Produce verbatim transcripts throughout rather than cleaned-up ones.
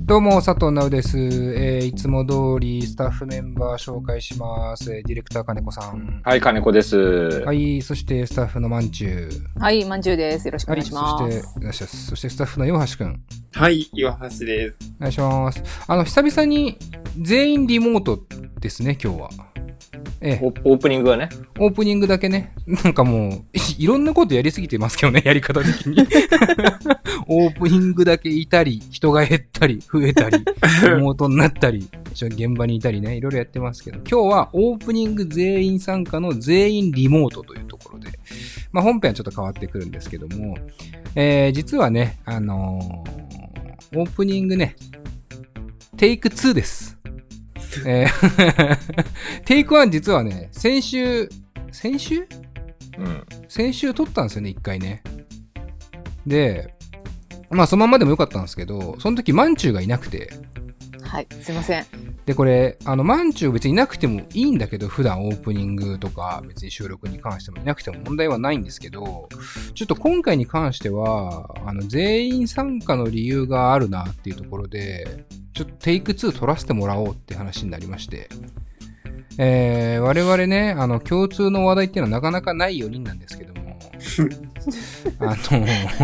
どうも佐藤直です、えー、いつも通りスタッフメンバー紹介します。ディレクター金子さん。 はい、金子です。 はい、そしてスタッフのまんちゅう。はい、まんちゅうです。よろしくお願いします。 はい、そしていらっしゃいます。そしてスタッフの岩橋くん。 はい、岩橋です。 お願いします。あの久々に全員リモートですね、今日は。 ええ、オープニングはね。 オープニングだけね。なんかもう、いろんなことやりすぎてますけどね、やり方的に。オープニングだけいたり、人が減ったり、増えたり、リモートになったり、現場にいたりね、いろいろやってますけど、今日はオープニング全員参加の全員リモートというところで、まあ本編はちょっと変わってくるんですけども、えー、実はね、あのー、オープニングね、テイクツーです。えー、テイクワン実はね、先週、先週、うん、先週撮ったんですよね、一回ね。で、まあそのままでもよかったんですけど、その時マンチューがいなくて。 はい、すいません。 で、これ、あの、マンチュー別にいなくてもいいんだけど、普段オープニングとか、別に収録に関してもいなくても問題はないんですけど、ちょっと今回に関しては、あの、全員参加の理由があるなっていうところで、ちょっとテイクツー取らせてもらおうって話になりまして、えー、我々ね、あの、共通の話題っていうのはなかなかないよにんなんですけども、あの、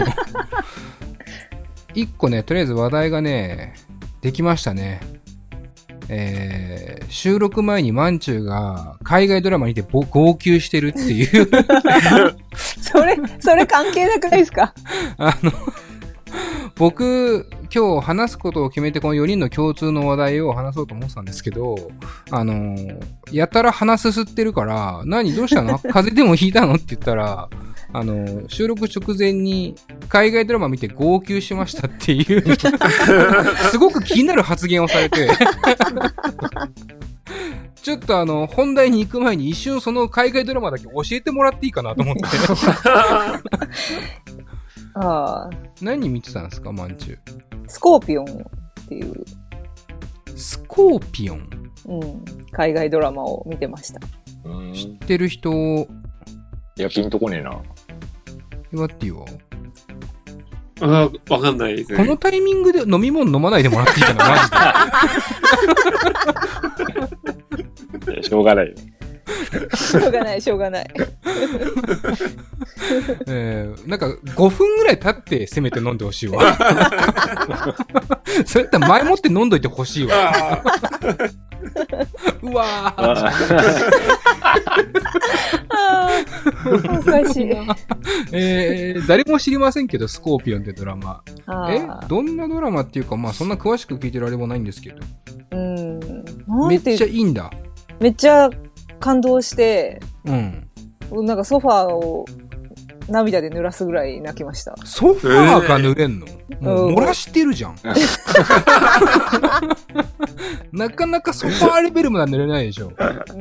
一個ね、とりあえず話題がね、できましたね。えー、収録前にマンチューが海外ドラマにて号泣してるっていうそれ、それ関係なくないですか？ あの、僕、今日話すことを決めてこのよにんの共通の話題を話そうと思ってたんですけど、あの、やたら鼻すすってるから、何どうしたの？風邪でもひいたのって言ったら、あの、収録直前に海外ドラマ見て号泣しましたっていう、すごく気になる発言をされて、ちょっとあの、本題に行く前に一瞬その海外ドラマだけ教えてもらっていいかなと思って。 ああ。 何見てたんですか、まんちゅう。 スコーピオンっていう。 スコーピオン？ うん。海外ドラマを見てました。 知ってる人。 いや、ピンとこねえな。 岩っていいわ。 ああ、わかんないですね。 このタイミングで飲み物飲まないでもらっていいかな、 マジで。しょうがないよ。 しょうがない、しょうがない。 えー、なんかごふんぐらい経ってせめて飲んでほしいわ。それだったら前もって飲んどいてほしいわ。うわー。 おかしい。 えー、誰も知りませんけど、スコーピオンってドラマ。え、どんなドラマっていうか、まあそんな詳しく聞いてられもないんですけど。 うん。 めっちゃいいんだ。 めっちゃ感動して、 うん。 なんかソファーを涙で濡らすぐらい泣きました。 ソファーが濡れんの？えー、もう漏らしてるじゃん。なかなかソファーレベルまで濡れないでしょ。 うん、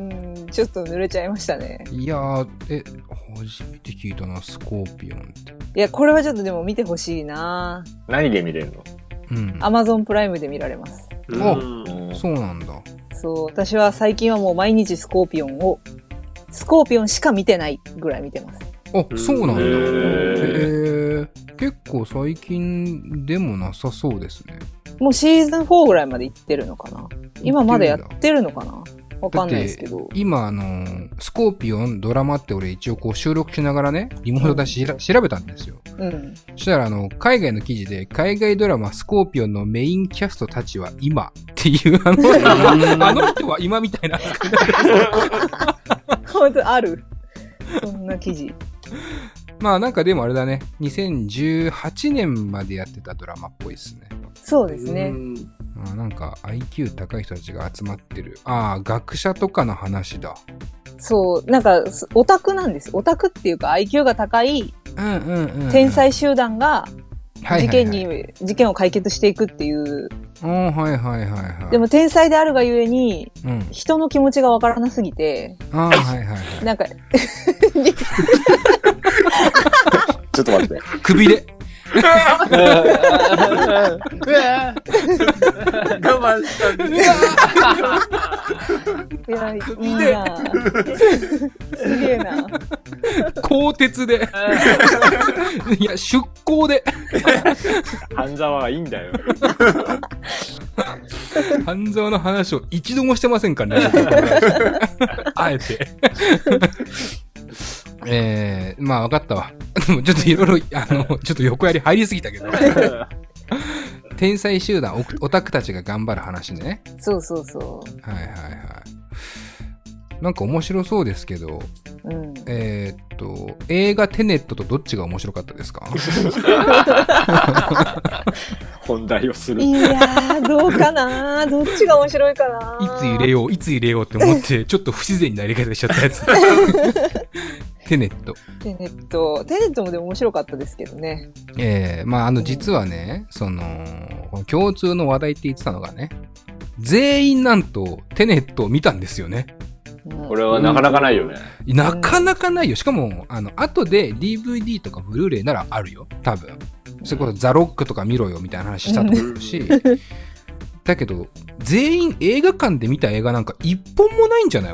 ちょっと濡れちゃいましたね。 いやー、え、初めて聞いたな、スコーピオンって。 いや、これはちょっとでも見てほしいな。 何で見れるの？ うん。 アマゾンプライムで見られます。 あ、そうなんだ。 そう、私は最近はもう毎日スコーピオンを、スコーピオンしか見てないぐらい見てます。 あ、そうなんだ。へー。結構最近でもなさそうですね。 もうシーズンフォーぐらいまで行ってるのかな。今まだやってるのかな。わかんないですけど。 今あのー、スコーピオンドラマって俺一応こう収録しながらね、リモートでしら、うん、調べたんですよ。 うん。 そしたらあの、海外の記事で、海外ドラマスコーピオンのメインキャストたちは今っていうあの、あの人は今みたいな。 本当ある。そんな記事。 まあなんかでもあれだね、にせんじゅうはちねんまでやってたドラマっぽいですね。 そうですね。 あ、なんか アイキュー 高い人たちが集まってる。ああ、学者とかの話だ。 そう、なんかオタクなんです。オタクっていうか アイキュー が高い天才集団が事件に、はいはいはい、事件を解決していくっていう。 ああ、はいはいはいはい。 でも天才であるがゆえに、 うん、 人の気持ちがわからなすぎて。 ああ、はいはいはい。 なんかちょっと待って。 首で。 我慢したんです。 いや、いいなすげえな。 鋼鉄で。いや、出航で。 半沢はいいんだよ。 半蔵の話を一度もしてませんからね。あえて。えー、まあ分かったわ。でもちょっといろいろ、あの、ちょっと横やり入りすぎたけど。天才集団、オタクたちが頑張る話ね。 そうそうそう。 はいはいはい。なんか面白そうですけど、 うん、 えー、っと、映画テネットとどっちが面白かったですか？ 本題をする。 いやー、どうかな、どっちが面白いかな。 いつ入れよう、いつ入れようって思って、ちょっと不自然なやり方しちゃったやつ。テネット。 テネット。テネットもでも面白かったですけどね。 ええー、まあ、あの、実はね、その、共通の話題って言ってたのがね、全員なんとテネットを見たんですよね。 これはなかなかないよね。 なかなかないよ。しかも、あの、後で ディーブイディー とかブルーレイならあるよ。多分。それこそザ・ロックとか見ろよみたいな話したと思うし。だけど、全員映画館で見た映画なんか一本もないんじゃない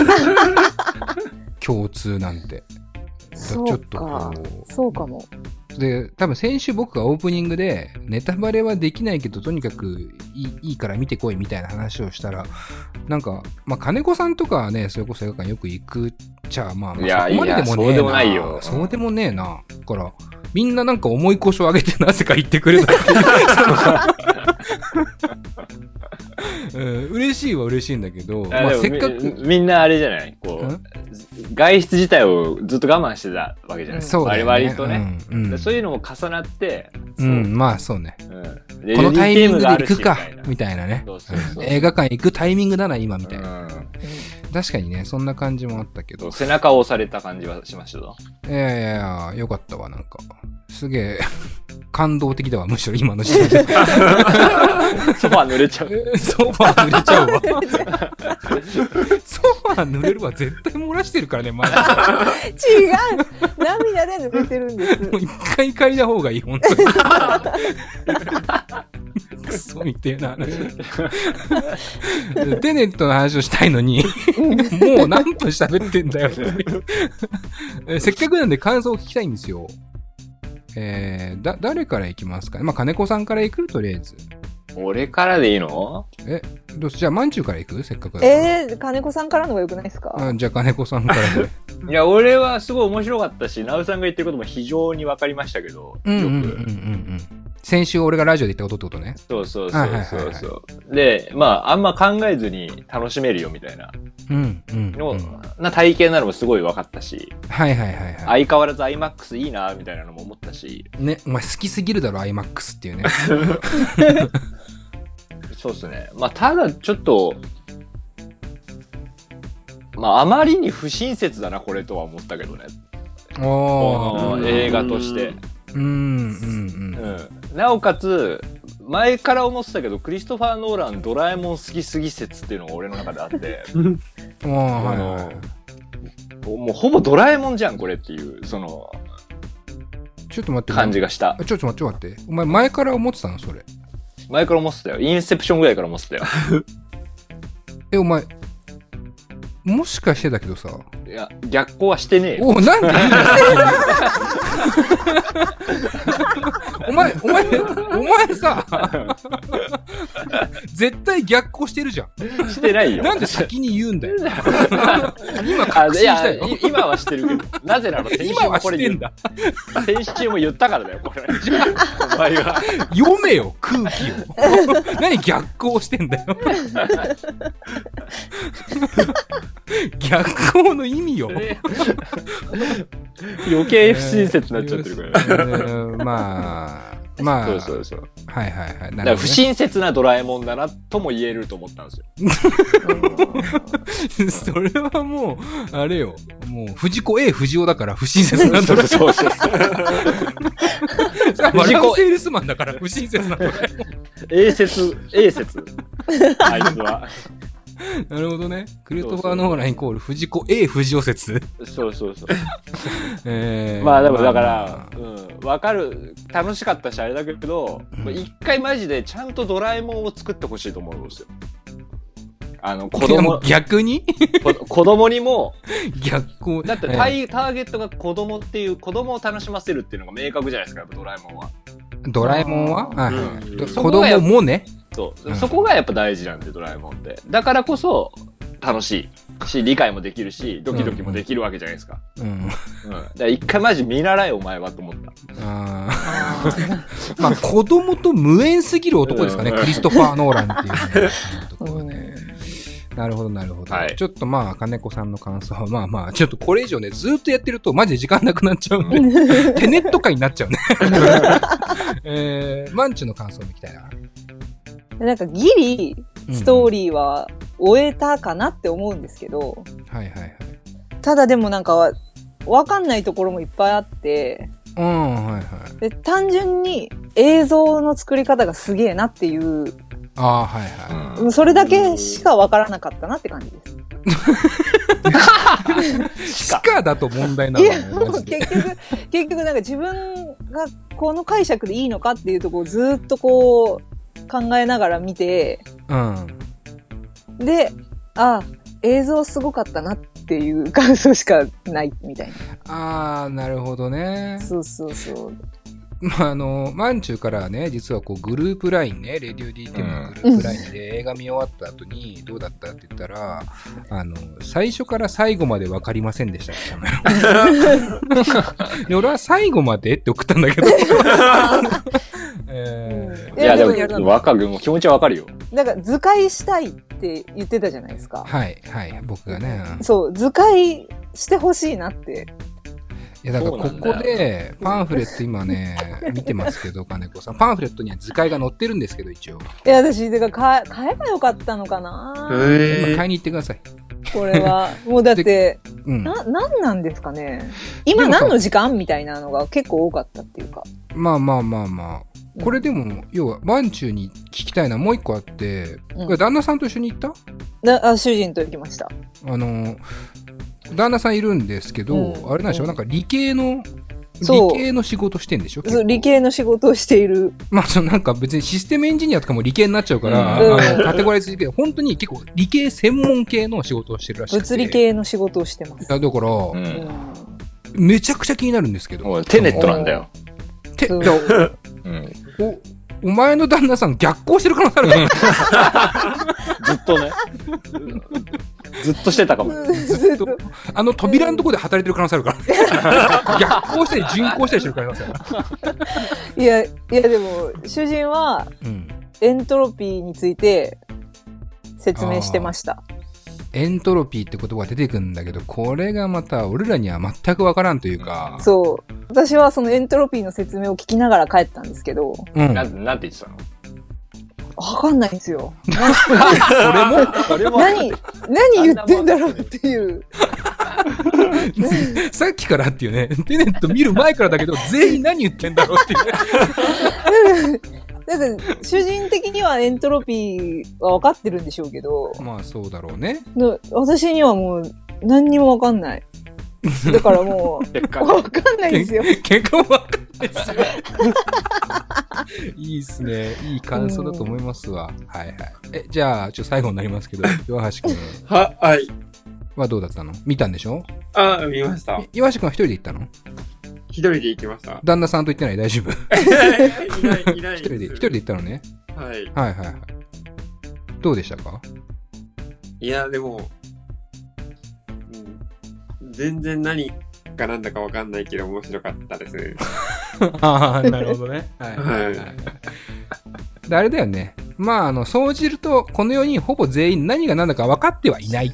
共通なんて。 そうか。 ちょっとこう。そうかも。 で、多分先週僕がオープニングで、ネタバレはできないけど、とにかくいい、いいから見てこいみたいな話をしたら、なんか、まあ、金子さんとかはね、それこそ映画館よく行くっちゃ、まあ、まあ、そこまででもねえな。 そうでもないよ。 そうでもねえな。だから、みんななんか重い腰を上げてなぜか言ってくれたっていう。うん、嬉しいは嬉しいんだけど、まあ、せっかくみ。みんなあれじゃないこう、外出自体をずっと我慢してたわけじゃない、 そうだよね、 割とね、 うんうん、 そういうのも重なって、 うん、まあそうね、 うん、 このタイミングで行くかみたいなね。 そうそうそう、 映画館行くタイミングだな今みたいな、うん、確かにね、そんな感じもあったけど、 背中を押された感じはしましたぞ。 いやいやいや、よかったわ。なんかすげえ感動的だわ、むしろ今の時点で。 ソファー濡れちゃう。 ソファー濡れちゃうわ。ソファー濡れるわ、絶対漏らしてるからね、まだ。 違う、涙で濡れてるんです。 もう一回嗅いだ方がいい、本当に。クソみてえな話。テネットの話をしたいのに、もう何分喋ってんだよ。せっかくなんで感想を聞きたいんですよ。えー、だ、誰から行きますかね。まあ、金子さんから行くとりあえず。 俺からでいいの？ え、どうし、じゃあ、まんちゅうから行く？せっかくだから。 えー、金子さんからの方が良くないですか？ あ、じゃあ、金子さんからで。 いや、俺はすごい面白かったし、ナウさんが言ってることも非常に分かりましたけど。 うんうんうんうんうん。先週俺がラジオで言ったことってことね。 そうそうそうそうそう。で、まあ、あんま考えずに楽しめるよみたいな。 うんうんの、な体験なのもすごい分かったし。 はいはいはいはい。 相変わらず アイマックス いいなみたいなのも思ったし。 ね、お前好きすぎるだろ アイマックス っていうね。 そうっすね。まあ、ただちょっと、まあ、あまりに不親切だな、これとは思ったけどね。 おー。映画として。 うんうんうん。 うん。なおかつ、前から思ってたけど、クリストファー・ノーラン、ドラえもん好きすぎ説っていうのが俺の中であって。 ああ、はいはい。 もうほぼドラえもんじゃん、これっていう、その、 ちょっと待って。 感じがした。 ちょっと待って、待って。お前前から思ってたのそれ。 前から思ってたよ。インセプションぐらいから思ってたよ。 え、お前、もしかしてだけどさ。 いや、逆行はしてねえよ。 お、なんでいいんだお前、お前、お前さ、絶対逆行してるじゃん。 してないよ。 なんで先に言うんだよ。今確信したよ。 いや、今はしてるけど、なぜなの？ 今はしてんだ。 先週も言ったからだよ、これ。お前が。 読めよ、空気を。何逆行してんだよ。逆行の意味よ。 余計不親切になっちゃってるから、ね。 えー、まあ、まあ、 そうそうそう。 はいはいはい。 だから不親切なドラえもんだなとも言えると思ったんですよ。それはもう、あれよ。もう、藤子 A 藤尾だから不親切なんだろ。 そうそうそう。 藤子セールスマンだから不親切なドラえもん。 A 説、A 説。あいつは。 なるほどね。クリストファー・ノーランイコール藤子 A 藤尾説。 そうそうそう。 えー、 まあでもだから、うん、わかる、楽しかったしあれだけど、一、うん、回マジでちゃんとドラえもんを作ってほしいと思うんですよ。あの、子供。 逆に子供にも、 逆光。 だってタイ、えー、ターゲットが子供っていう、子供を楽しませるっていうのが明確じゃないですか、やっぱドラえもんは。 ドラえもんは、はいはい、 うん、 子供もね。 そう、 うん、 そこがやっぱ大事なんで、ドラえもんって。だからこそ、楽しいし、理解もできるし、ドキドキもできるわけじゃないですか。うん。うん。だから一回マジ見習え、お前はと思った。ああ。まあ、子供と無縁すぎる男ですかね、クリストファー・ノーランっていうね。なるほど、なるほど。はい、ちょっとまあ、金子さんの感想は、まあまあ、ちょっとこれ以上ね、ずっとやってると、マジで時間なくなっちゃうんで、テネット界になっちゃうね。えー、マンチュの感想もいきたいな。 なんか、ギリ、ストーリーは終えたかなって思うんですけど、 うん、はいはいはい。 ただでもなんか、わかんないところもいっぱいあって、 うん、はいはい。 で、単純に映像の作り方がすげえなっていう、 ああ、はいはい。 それだけしかわからなかったなって感じです。しかだと問題なの、ね、 いや、もう結局、結局なんか自分がこの解釈でいいのかっていうところをずっとこう考えながら見て、 うん、 で、あ、映像すごかったなっていう感想しかないみたいな。ああ、なるほどね。 そうそうそう。 まあ、あの、マンチュからね、実はこうグループラインね、レディオ ディーティー のグループラインで映画見終わった後にどうだったって言ったら、あの、最初から最後まで分かりませんでしたって言ったのよ。俺は最後までって送ったんだけど。 えー、いや、でも、わかる、気持ちはわかるよ。 なんか、図解したいって言ってたじゃないですか。 はい、はい、僕がね。 そう、図解してほしいなって。 いやだからここでパンフレット今ね見てますけど金子さんパンフレットには図解が載ってるんですけど一応いや私だから買えばよかったのかな今買いに行ってくださいこれはもうだって、うん、な何なんですかね今何の時間みたいなのが結構多かったっていうかまあまあまあまあこれでも要はマンチュに聞きたいのはもう一個あって、うん、これ旦那さんと一緒に行っただあ主人と行きましたあの旦那さんいるんですけど、うん、あれなんでしょう、うん、なんか理系の理系の仕事してんでしょそう理系の仕事をしているまあそのなんか別にシステムエンジニアとかも理系になっちゃうから、うん、あのカテゴライズで本当に結構理系専門系の仕事をしてるらしくて物理系の仕事をしてますだから、うん、めちゃくちゃ気になるんですけどテネットなんだよて、うん、おお前の旦那さん逆行してる可能性あるずっとねずっとしてたかも。 ずっと。あの扉のところで働いてる可能性あるから。逆行したり順行したりしてる可能性ある。 いや、いやでも、主人は、エントロピーについて説明してました。 エントロピーって言葉が出てくるんだけど、これがまた俺らには全くわからんというか。 そう。私はそのエントロピーの説明を聞きながら帰ったんですけど。 うん。な、なんて言ってたの？ わかんないんですよ。それもそれも何、何言ってんだろうっていう。 さっきからっていうね、テネット見る前からだけど、全員何言ってんだろうっていうね。 なんか、主人的にはエントロピーは分かってるんでしょうけど。 まあそうだろうね。 私にはもう何にも分かんない。だからもう、分かんないんですよ。 結果も分かんないですよ。いいっすね。いい感想だと思いますわ。うん、はいはい。え、じゃあ、ちょっと最後になりますけど、岩橋くん。 は、はい。 はどうだったの？見たんでしょ？ ああ、見ました。 岩橋くんは一人で行ったの？ 一人で行きました。 旦那さんと行ってない？大丈夫？ いない、いない。 一人で、一人で行ったのね。 はい。 はいはいはい。どうでしたか？ いや、でも、うん、全然何が何だかわかんないけど面白かったです。 ああ、なるほどね。はいはいはい。であれだよね。まあ、あの、総じると、このよにんほぼ全員何が何だか分かってはいない。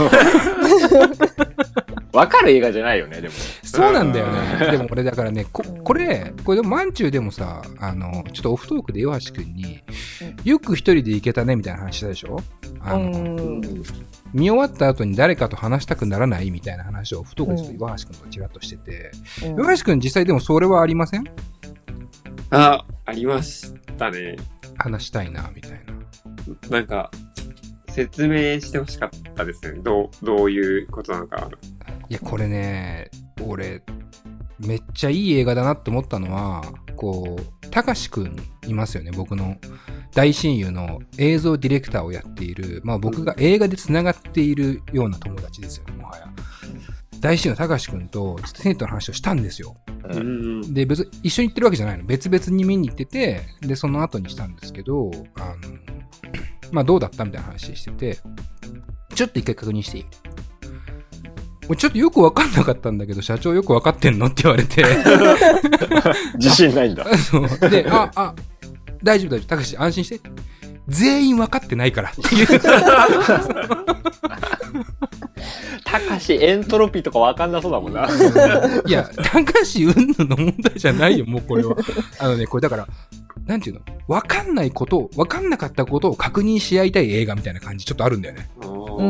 分かる映画じゃないよね、でも。 そうなんだよね。でも俺だからね、こ, これ、これでもマンチューでもさ、あの、ちょっとオフトークで岩橋くんに、よく一人で行けたねみたいな話したでしょ？あの、見終わった後に誰かと話したくならないみたいな話をオフトークでちょっと岩橋くんとちらっとしてて、うん、岩橋くん実際でもそれはありません？ あ、ありましたね。 話したいな、みたいな。なんか、説明してほしかったですね。どう、どういうことなのか。 いや、これね、俺、めっちゃいい映画だなって思ったのは、こう、たかしくんいますよね、僕の大親友の映像ディレクターをやっている、まあ僕が映画で繋がっているような友達ですよね、もはや。大親友のたかしくんと、ちょっとテネットの話をしたんですよ。 うん、 で別一緒に行ってるわけじゃないの。別々に見に行ってて、でその後にしたんですけど、あのまあどうだったみたいな話してて、ちょっと一回確認していい？ちょっとよく分かんなかったんだけど、社長よく分かってんのって言われて自信ないんだ。 そうで、ああ大丈夫大丈夫、たかし安心して、全員分かってないからっていうたかしエントロピーとか分かんなそうだもんな。 いや、たかしうんぬの問題じゃないよ、もうこれは。あのね、これだからなんていうの、分かんないことを、分かんなかったことを確認し合いたい映画みたいな感じちょっとあるんだよね。 うん、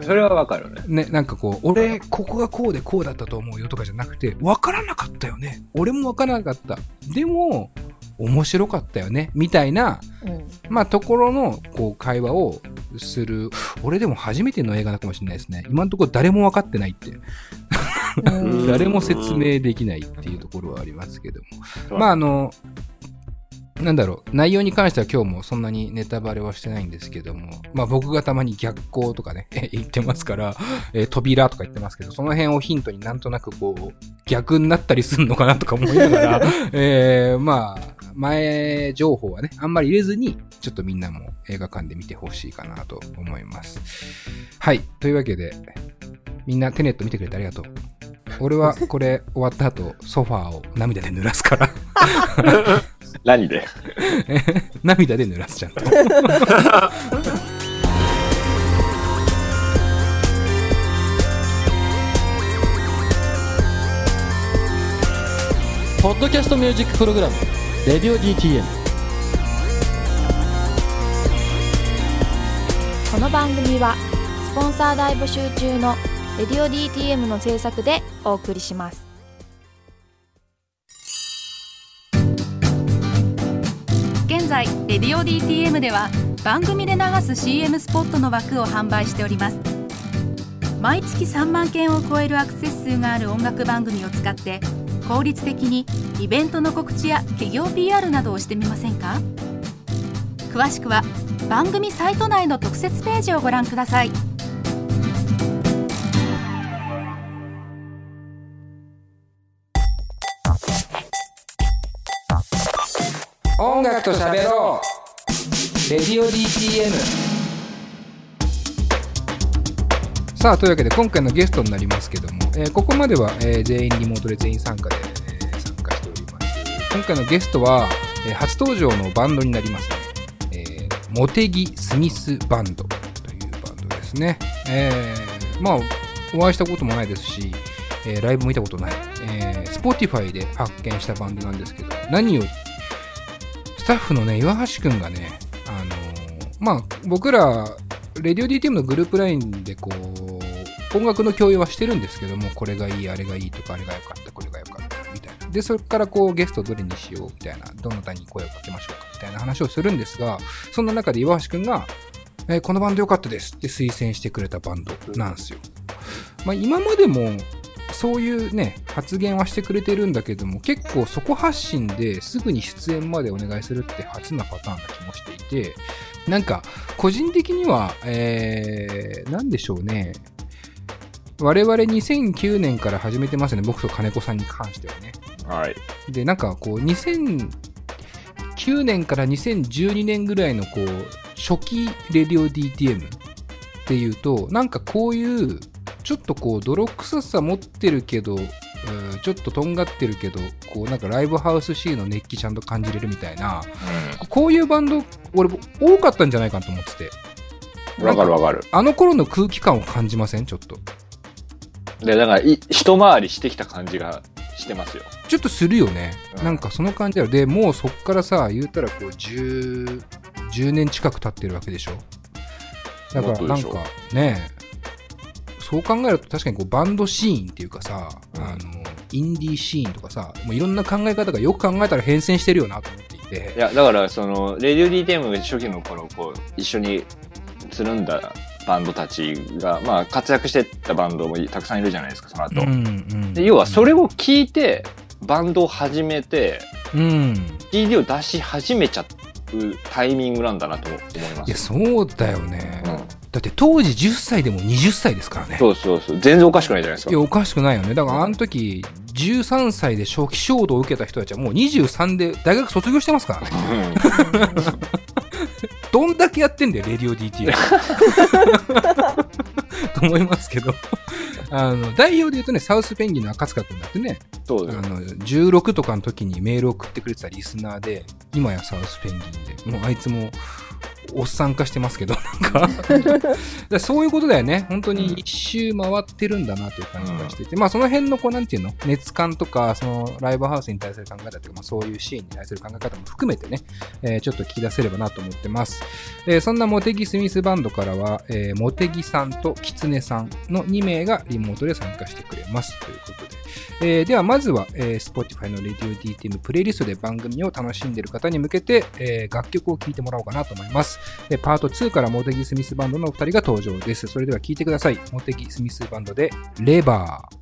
それは分かるね。 ね、なんかこう、俺ここがこうでこうだったと思うよとかじゃなくて、分からなかったよね、俺も分からなかった、でも面白かったよねみたいな、うん、まあところのこう会話をする。俺でも初めての映画かもしれないですね。今のところ誰も分かってないって誰も説明できないっていうところはありますけども、まああのなんだろう、内容に関しては今日もそんなにネタバレはしてないんですけども、まあ僕がたまに逆光とかね言ってますから、えー、扉とか言ってますけど、その辺をヒントになんとなくこう逆になったりするのかなとか思いながら、えー、まあ前情報はねあんまり入れずに、ちょっとみんなも映画館で見てほしいかなと思います。はい、というわけでみんなテネット見てくれてありがとう。俺はこれ終わった後ソファーを涙で濡らすから何で涙で濡らすちゃんとポッドキャストミュージックプログラムレディオ ディーティーエム。 この番組はスポンサー大募集中のレディオ ディーティーエム の制作でお送りします。 現在レディオ ディーティーエム では番組で流す シーエム スポットの枠を販売しております。毎月さんまんけんを超えるアクセス数がある音楽番組を使って効率的にイベントの告知や企業 ピーアール などをしてみませんか？詳しくは番組サイト内の特設ページをご覧ください。 音楽と喋ろうレディオ ディーティーエム。 さあというわけで今回のゲストになりますけども、えー、ここまでは、えー、全員リモートで全員参加で、えー、参加しております。今回のゲストは、えー、初登場のバンドになりますね、えー、モテギスミスバンドというバンドですね。えー、まあお会いしたこともないですし、えー、ライブも見たことない、えー、Spotify で発見したバンドなんですけど、何よりスタッフのね、岩橋くんがね、あのー、まあ、僕ら、レディオ ディーティーエム のグループラインでこう、音楽の共有はしてるんですけども、これがいい、あれがいいとか、あれが良かった、これが良かった、みたいな。で、それからこう、ゲストどれにしよう、みたいな、どなたに声をかけましょうか、みたいな話をするんですが、そんな中で岩橋くんが、えー、このバンド良かったですって推薦してくれたバンドなんですよ。まあ、今までも、そういうね発言はしてくれてるんだけども、結構そこ発信ですぐに出演までお願いするって初なパターンな気もしていて、なんか個人的には、えー、なんでしょうね、我々にせんきゅうねんから始めてますね、僕と金子さんに関してはね。 はい。 でなんかこうにせんきゅうねんからにせんじゅうにねんぐらいのこう初期レディオ ディーティーエム っていうと、なんかこういうちょっとこう泥臭さ持ってるけど、ちょっととんがってるけど、こうなんかライブハウスシーンの熱気ちゃんと感じれるみたいな、うん、こういうバンド俺多かったんじゃないかと思ってて。 わかるわかる。 あの頃の空気感を感じません？ちょっと。 でだから一回りしてきた感じがしてますよ。 ちょっとするよね。うん、なんかその感じある。でもうそっからさ、言うたらこう10、じゅうねん近く経ってるわけでしょ。だからなんかね。そう考えると確かにこうバンドシーンっていうかさ、うん、あのインディーシーンとかさ、もういろんな考え方がよく考えたら変遷してるよなと思っていて、 いやだからそのレディオ ディーティーエム が初期の頃こう一緒につるんだバンドたちが、まあ、活躍してたバンドもたくさんいるじゃないですか、その後、うんうん、で要はそれを聞いてバンドを始めて、うん、シーディー を出し始めちゃうタイミングなんだなと思います。 いやそうだよね、うん、だって当時じゅっさいでもはたちですからね。 そうそうそう、全然おかしくないじゃないですか。 いやおかしくないよね。だからあの時じゅうさんさいで初期衝動を受けた人たちはもうにじゅうさんで大学卒業してますからね。どんだけやってんだよ、レディオ ディーティー と思いますけど。あの、代表で言うとね、サウスペンギンの赤塚くんだってね、 そうだよ。 あの、じゅうろくとかの時にメールを送ってくれてたリスナーで、今やサウスペンギンで、もうあいつも、おっさん化してますけど、なんかだそういうことだよね。本当に一周回ってるんだなという感じがしていて、うん、まあその辺のこうなんていうの、熱感とか、そのライブハウスに対する考え方とか、まあそういうシーンに対する考え方も含めてね、えー、ちょっと聞き出せればなと思ってます。えー、そんなモテギスミスバンドからは、えー、モテギさんとキツネさんのにめいがリモートで参加してくれますということで。えー、ではまずは、えー、Spotify の Radio ディーティーエム プレイリストで番組を楽しんでいる方に向けて、えー、楽曲を聴いてもらおうかなと思います。でパートツーからモテギスミスバンドのお二人が登場です。それでは聴いてください。モテギスミスバンドでレバー。